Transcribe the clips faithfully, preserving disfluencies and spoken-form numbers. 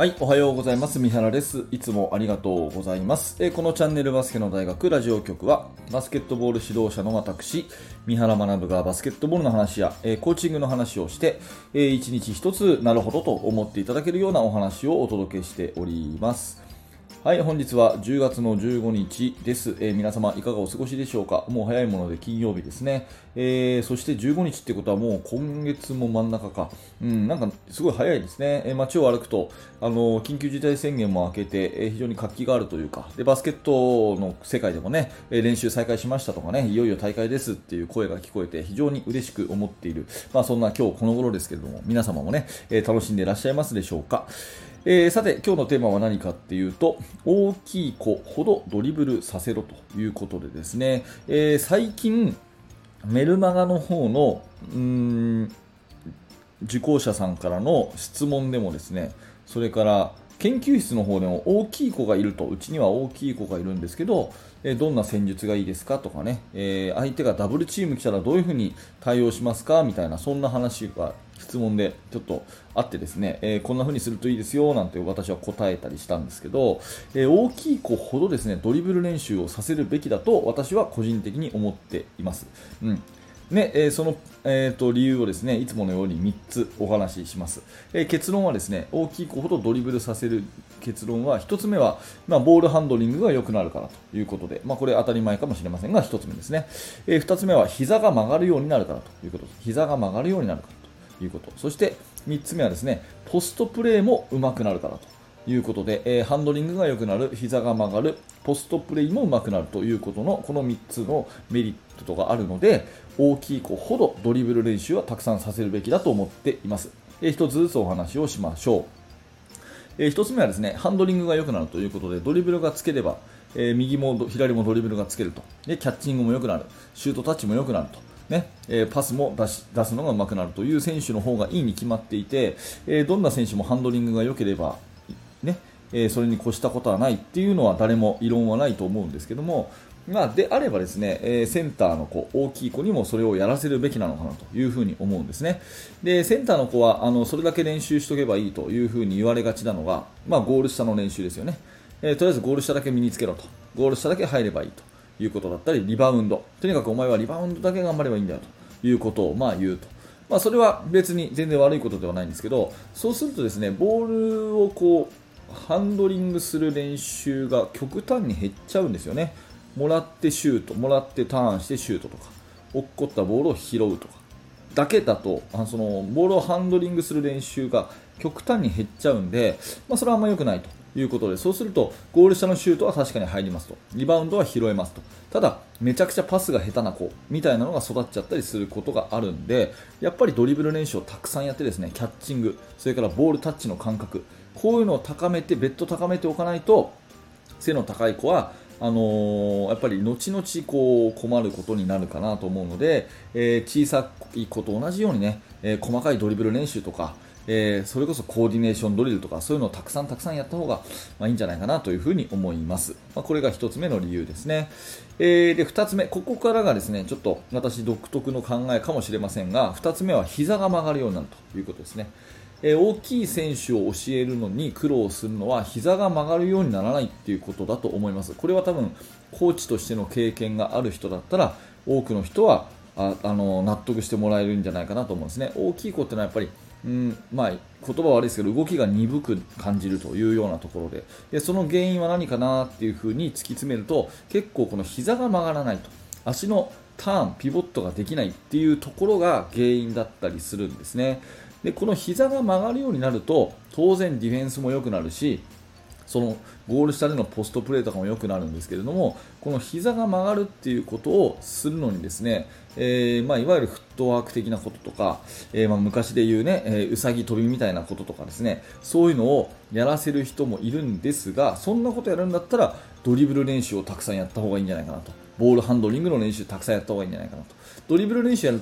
はい、おはようございます。三原です。いつもありがとうございます。えーこのチャンネルバスケの大学ラジオ局は、バスケットボール指導者の私、三原学がバスケットボールの話や、えーコーチングの話をして、えー一日一つなるほどと思っていただけるようなお話をお届けしております。はい、本日はじゅうがつのじゅうごにちです、えー皆様いかがお過ごしでしょうか。もう早いもので金曜日ですね。えーそしてじゅうごにちってことはもう今月も真ん中か。うん、なんかすごい早いですね。えー街を歩くと、あのー緊急事態宣言も明けて、えー非常に活気があるというか、でバスケットの世界でもね、えー練習再開しましたとかね、いよいよ大会ですっていう声が聞こえて非常に嬉しく思っている。まあそんな今日この頃ですけれども、皆様もね、えー楽しんでいらっしゃいますでしょうか。えーさて今日のテーマは何かっていうと、大きい子ほどドリブルさせろということでですね、えー最近メルマガの方のうーん受講者さんからの質問でもですね、それから研究室の方でも大きい子がいると、うちには大きい子がいるんですけど、えーどんな戦術がいいですかとかね、えー相手がダブルチーム来たらどういうふうに対応しますかみたいな、そんな話が質問でちょっとあってですね、えーこんな風にするといいですよなんて私は答えたりしたんですけど、えー大きい子ほどですねドリブル練習をさせるべきだと私は個人的に思っています。うんねえーその、えーと理由をですねいつものようにみっつお話しします。えー結論はですね、大きい子ほどドリブルさせる結論は、ひとつめは、まあ、ボールハンドリングが良くなるからということで、まあ、これ当たり前かもしれませんがひとつめですね。えーふたつめは膝が曲がるようになるからということです。膝が曲がるようになるからということ。そしてみっつめはですね、ポストプレーも上手くなるからということで、えーハンドリングが良くなる、膝が曲がる、ポストプレーも上手くなるということのこのみっつのメリットがあるので、大きい子ほどドリブル練習はたくさんさせるべきだと思っています。えー、ひとつずつお話をしましょう。えー、ひとつめはですね、ハンドリングが良くなるということで、ドリブルがつければ、えー右も左もドリブルがつけると。で、キャッチングも良くなる。シュートタッチも良くなると。ねえーパスも出し出すのが上手くなるという選手の方がいいに決まっていて、えーどんな選手もハンドリングが良ければ、ねえーそれに越したことはないっていうのは誰も異論はないと思うんですけども、まあ、であればですね、えーセンターの子、大きい子にもそれをやらせるべきなのかなというふうに思うんですね。で、センターの子はあのそれだけ練習しておけばいいというふうに言われがちなのが、まあ、ゴール下の練習ですよね。えーとりあえずゴール下だけ身につけろと。ゴール下だけ入ればいいということだったり、リバウンド。とにかくお前はリバウンドだけ頑張ればいいんだよということをまあ言うと。まあ、それは別に全然悪いことではないんですけど、そうするとですね、ボールをこうハンドリングする練習が極端に減っちゃうんですよね。もらってシュート、もらってターンしてシュートとか、落っこったボールを拾うとかだけだと、あそのボールをハンドリングする練習が極端に減っちゃうんで、まあ、それはあんま良くないということで、そうするとゴール下のシュートは確かに入りますと、リバウンドは拾えますと、ただめちゃくちゃパスが下手な子みたいなのが育っちゃったりすることがあるんで、やっぱりドリブル練習をたくさんやってですね、キャッチング、それからボールタッチの感覚、こういうのを高めて、別途高めておかないと、背の高い子はあのーやっぱり後々こう困ることになるかなと思うので、えー小さい子と同じようにね、えー細かいドリブル練習とか、えーそれこそコーディネーションドリルとか、そういうのをたくさんたくさんやった方が、まあ、いいんじゃないかなというふうに思います。まあ、これがひとつめの理由ですね。えーでふたつめ、ここからがですねちょっと私独特の考えかもしれませんが、ふたつめは膝が曲がるようになるということですね。えー大きい選手を教えるのに苦労するのは膝が曲がるようにならないということだと思います。これは多分コーチとしての経験がある人だったら多くの人はああの納得してもらえるんじゃないかなと思うんですね。大きい子ってのはやっぱりうんまあ、言葉は悪いですけど動きが鈍く感じるというようなところで、でその原因は何かなっていうふうに突き詰めると、結構この膝が曲がらないと、足のターンピボットができないっていうところが原因だったりするんですね。でこの膝が曲がるようになると当然ディフェンスも良くなるし、そのゴール下でのポストプレーとかも良くなるんですけれども、この膝が曲がるっていうことをするのにですね、えーまあ、いわゆるフットワーク的なこととか、えーまあ、昔で言うね、えーうさぎ跳びみたいなこととかですね、そういうのをやらせる人もいるんですが、そんなことやるんだったらドリブル練習をたくさんやった方がいいんじゃないかなと、ボールハンドリングの練習たくさんやった方がいいんじゃないかなと。ドリブル練習やると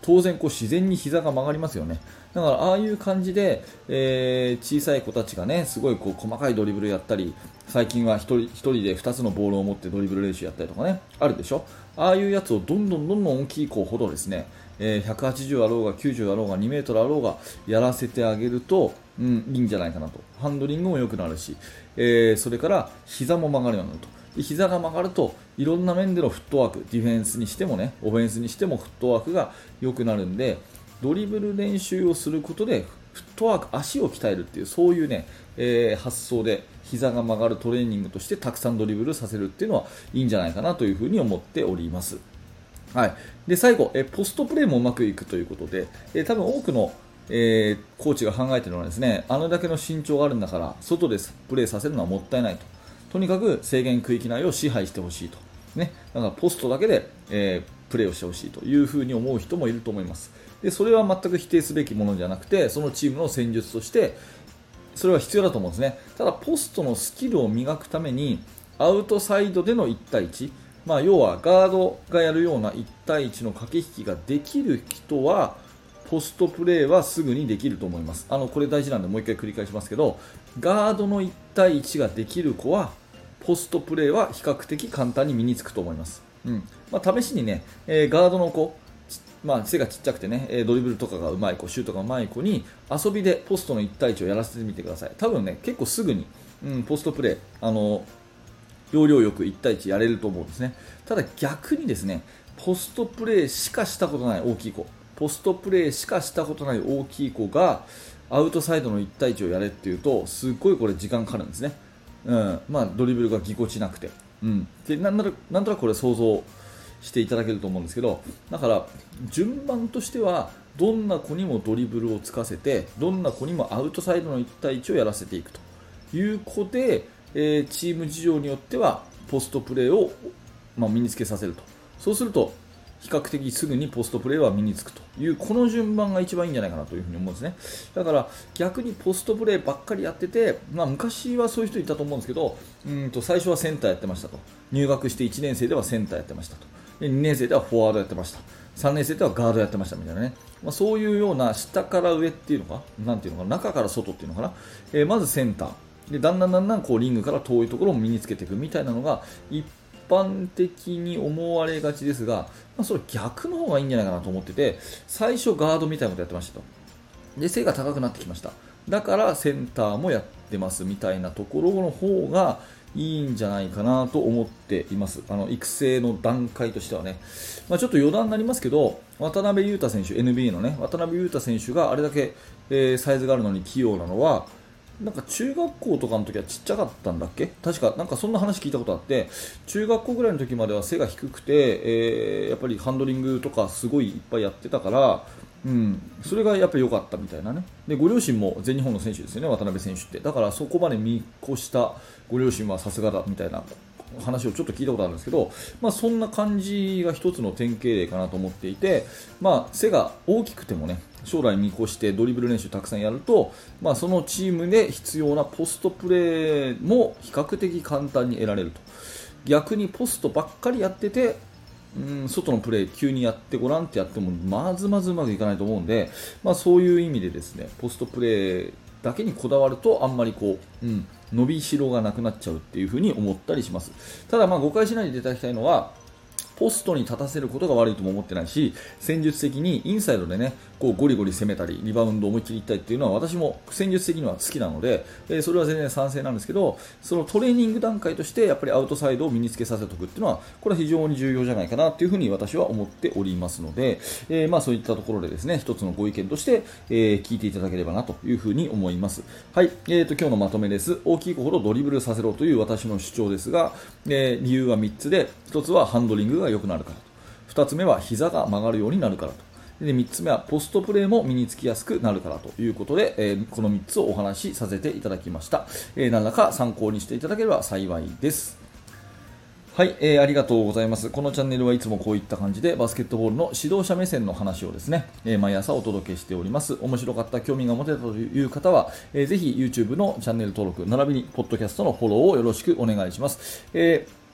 当然こう自然に膝が曲がりますよね。だからああいう感じで、えー、小さい子たちがねすごいこう細かいドリブルやったり、最近は一人一人でふたつのボールを持ってドリブル練習やったりとかねあるでしょ。ああいうやつをどんどんどんどん大きい子ほどですね、えー、ひゃくはちじゅうあろうがきゅうじゅうあろうがにメートルあろうがやらせてあげると、うん、いいんじゃないかなと。ハンドリングも良くなるし、えー、それから膝も曲がるようになると。で膝が曲がるといろんな面でのフットワーク、ディフェンスにしてもねオフェンスにしてもフットワークが良くなるんで、ドリブル練習をすることでフットワーク、足を鍛えるっていうそういうね、えー、発想で膝が曲がるトレーニングとしてたくさんドリブルさせるっていうのはいいんじゃないかなというふうに思っております。はい、で最後えポストプレーもうまくいくということで、え多分多くの、えー、コーチが考えているのはですね、あのだけの身長があるんだから外でプレーさせるのはもったいないと。とにかく制限区域内を支配してほしいと、ね、だからポストだけで、えー、プレーをしてほしいというふうに思う人もいると思います。でそれは全く否定すべきものじゃなくて、そのチームの戦術としてそれは必要だと思うんですね。ただポストのスキルを磨くためにアウトサイドでのいち対いち、まあ、要はガードがやるようないち対いちの駆け引きができる人はポストプレーはすぐにできると思います。あのこれ大事なんでもう一回繰り返しますけど、ガードのいち対いちができる子はポストプレーは比較的簡単に身につくと思います。うんまあ、試しにね、えー、ガードの子、まあ、背がちっちゃくてねドリブルとかがうまい子、シュートがうまい子に遊びでポストのいち対いちをやらせてみてください。多分ね結構すぐに、うん、ポストプレーあの要領よくいち対いちやれると思うんですね。ただ逆にですね、ポストプレーしかしたことない大きい子、ポストプレーしかしたことない大きい子がアウトサイドのいち対いちをやれっていうとすっごいこれ時間かかるんですね。うんまあ、ドリブルがぎこちなくて、うん、でなんとなくなんとなくこれ想像していただけると思うんですけど、だから順番としてはどんな子にもドリブルをつかせて、どんな子にもアウトサイドのいち対いちをやらせていくという子で、えー、チーム事情によってはポストプレーを、まあ、身につけさせると。そうすると比較的すぐにポストプレーは身につくというこの順番が一番いいんじゃないかなというふうに思うんですね。だから逆にポストプレーばっかりやってて、まあ、昔はそういう人いたと思うんですけど、うんと最初はセンターやってましたと。入学していちねん生ではセンターやってましたと。でにねん生ではフォワードやってました。さんねん生ではガードやってましたみたいなね、まあ、そういうような下から上っていうのかなんていうのか中から外っていうのかな、えー、まずセンターでだんだんだんだんこうリングから遠いところを身につけていくみたいなのが一般的に思われがちですが、まあ、それ逆の方がいいんじゃないかなと思ってて、最初ガードみたいなことやってましたと。で背が高くなってきました。だからセンターもやってますみたいなところの方がいいんじゃないかなと思っています。あの育成の段階としてはね、まあ、ちょっと余談になりますけど、渡辺裕太選手 エヌビーエー のね渡辺裕太選手があれだけ、えー、サイズがあるのに器用なのはなんか中学校とかの時はちっちゃかったんだっけ、確かなんかそんな話聞いたことあって、中学校ぐらいの時までは背が低くて、えー、やっぱりハンドリングとかすごいいっぱいやってたから、うん、それがやっぱり良かったみたいなね。でご両親も全日本の選手ですよね、渡辺選手って。だからそこまで見越したご両親はさすがだみたいな話をちょっと聞いたことあるんですけど、まあ、そんな感じが一つの典型例かなと思っていて、まあ、背が大きくてもね将来見越してドリブル練習たくさんやると、まあ、そのチームで必要なポストプレーも比較的簡単に得られると。逆にポストばっかりやってて、うん、外のプレー急にやってごらんってやってもまずまずうまくいかないと思うんで、まあ、そういう意味でですねポストプレーだけにこだわるとあんまりこう、うん、伸びしろがなくなっちゃうっていう風に思ったりします。ただまあ誤解しないでいただきたいのは、ポストに立たせることが悪いとも思ってないし、戦術的にインサイドでねこうゴリゴリ攻めたりリバウンドを思いっきりいったりっていうのは私も戦術的には好きなので、えー、それは全然賛成なんですけど、そのトレーニング段階としてやっぱりアウトサイドを身につけさせておくっていうのはこれは非常に重要じゃないかなというふうに私は思っておりますので、えー、まあそういったところでですね一つのご意見として、えー、聞いていただければなというふうに思います。はい、えーと今日のまとめです。大きい子ほどドリブルさせろという私の主張ですが、えー、理由はみっつで、ひとつはハンドリングが良くなるから、ふたつめは膝が曲がるようになるからと。でみっつめはポストプレーも身につきやすくなるからということで、えー、このみっつをお話しさせていただきました。えー、何らか参考にしていただければ幸いです。はい、えー、ありがとうございます。このチャンネルはいつもこういった感じでバスケットボールの指導者目線の話をですね、えー、毎朝お届けしております。面白かった、興味が持てたという方は、えー、ぜひ YouTube のチャンネル登録並びにポッドキャストのフォローをよろしくお願いします。えー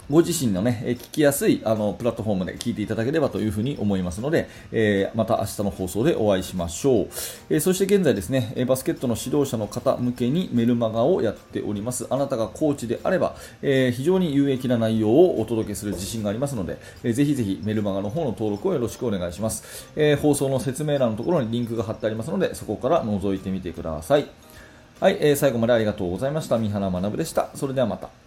ご自身のね、えー聞きやすいあのプラットフォームで聞いていただければというふうに思いますので、えーまた明日の放送でお会いしましょう。えーそして現在ですね、えーバスケットの指導者の方向けにメルマガをやっております。あなたがコーチであれば、えー非常に有益な内容をお届けする自信がありますので、えーぜひぜひメルマガの方の登録をよろしくお願いします。えー放送の説明欄のところにリンクが貼ってありますので、そこから覗いてみてください。はい、えー最後までありがとうございました。三原学でした。それではまた。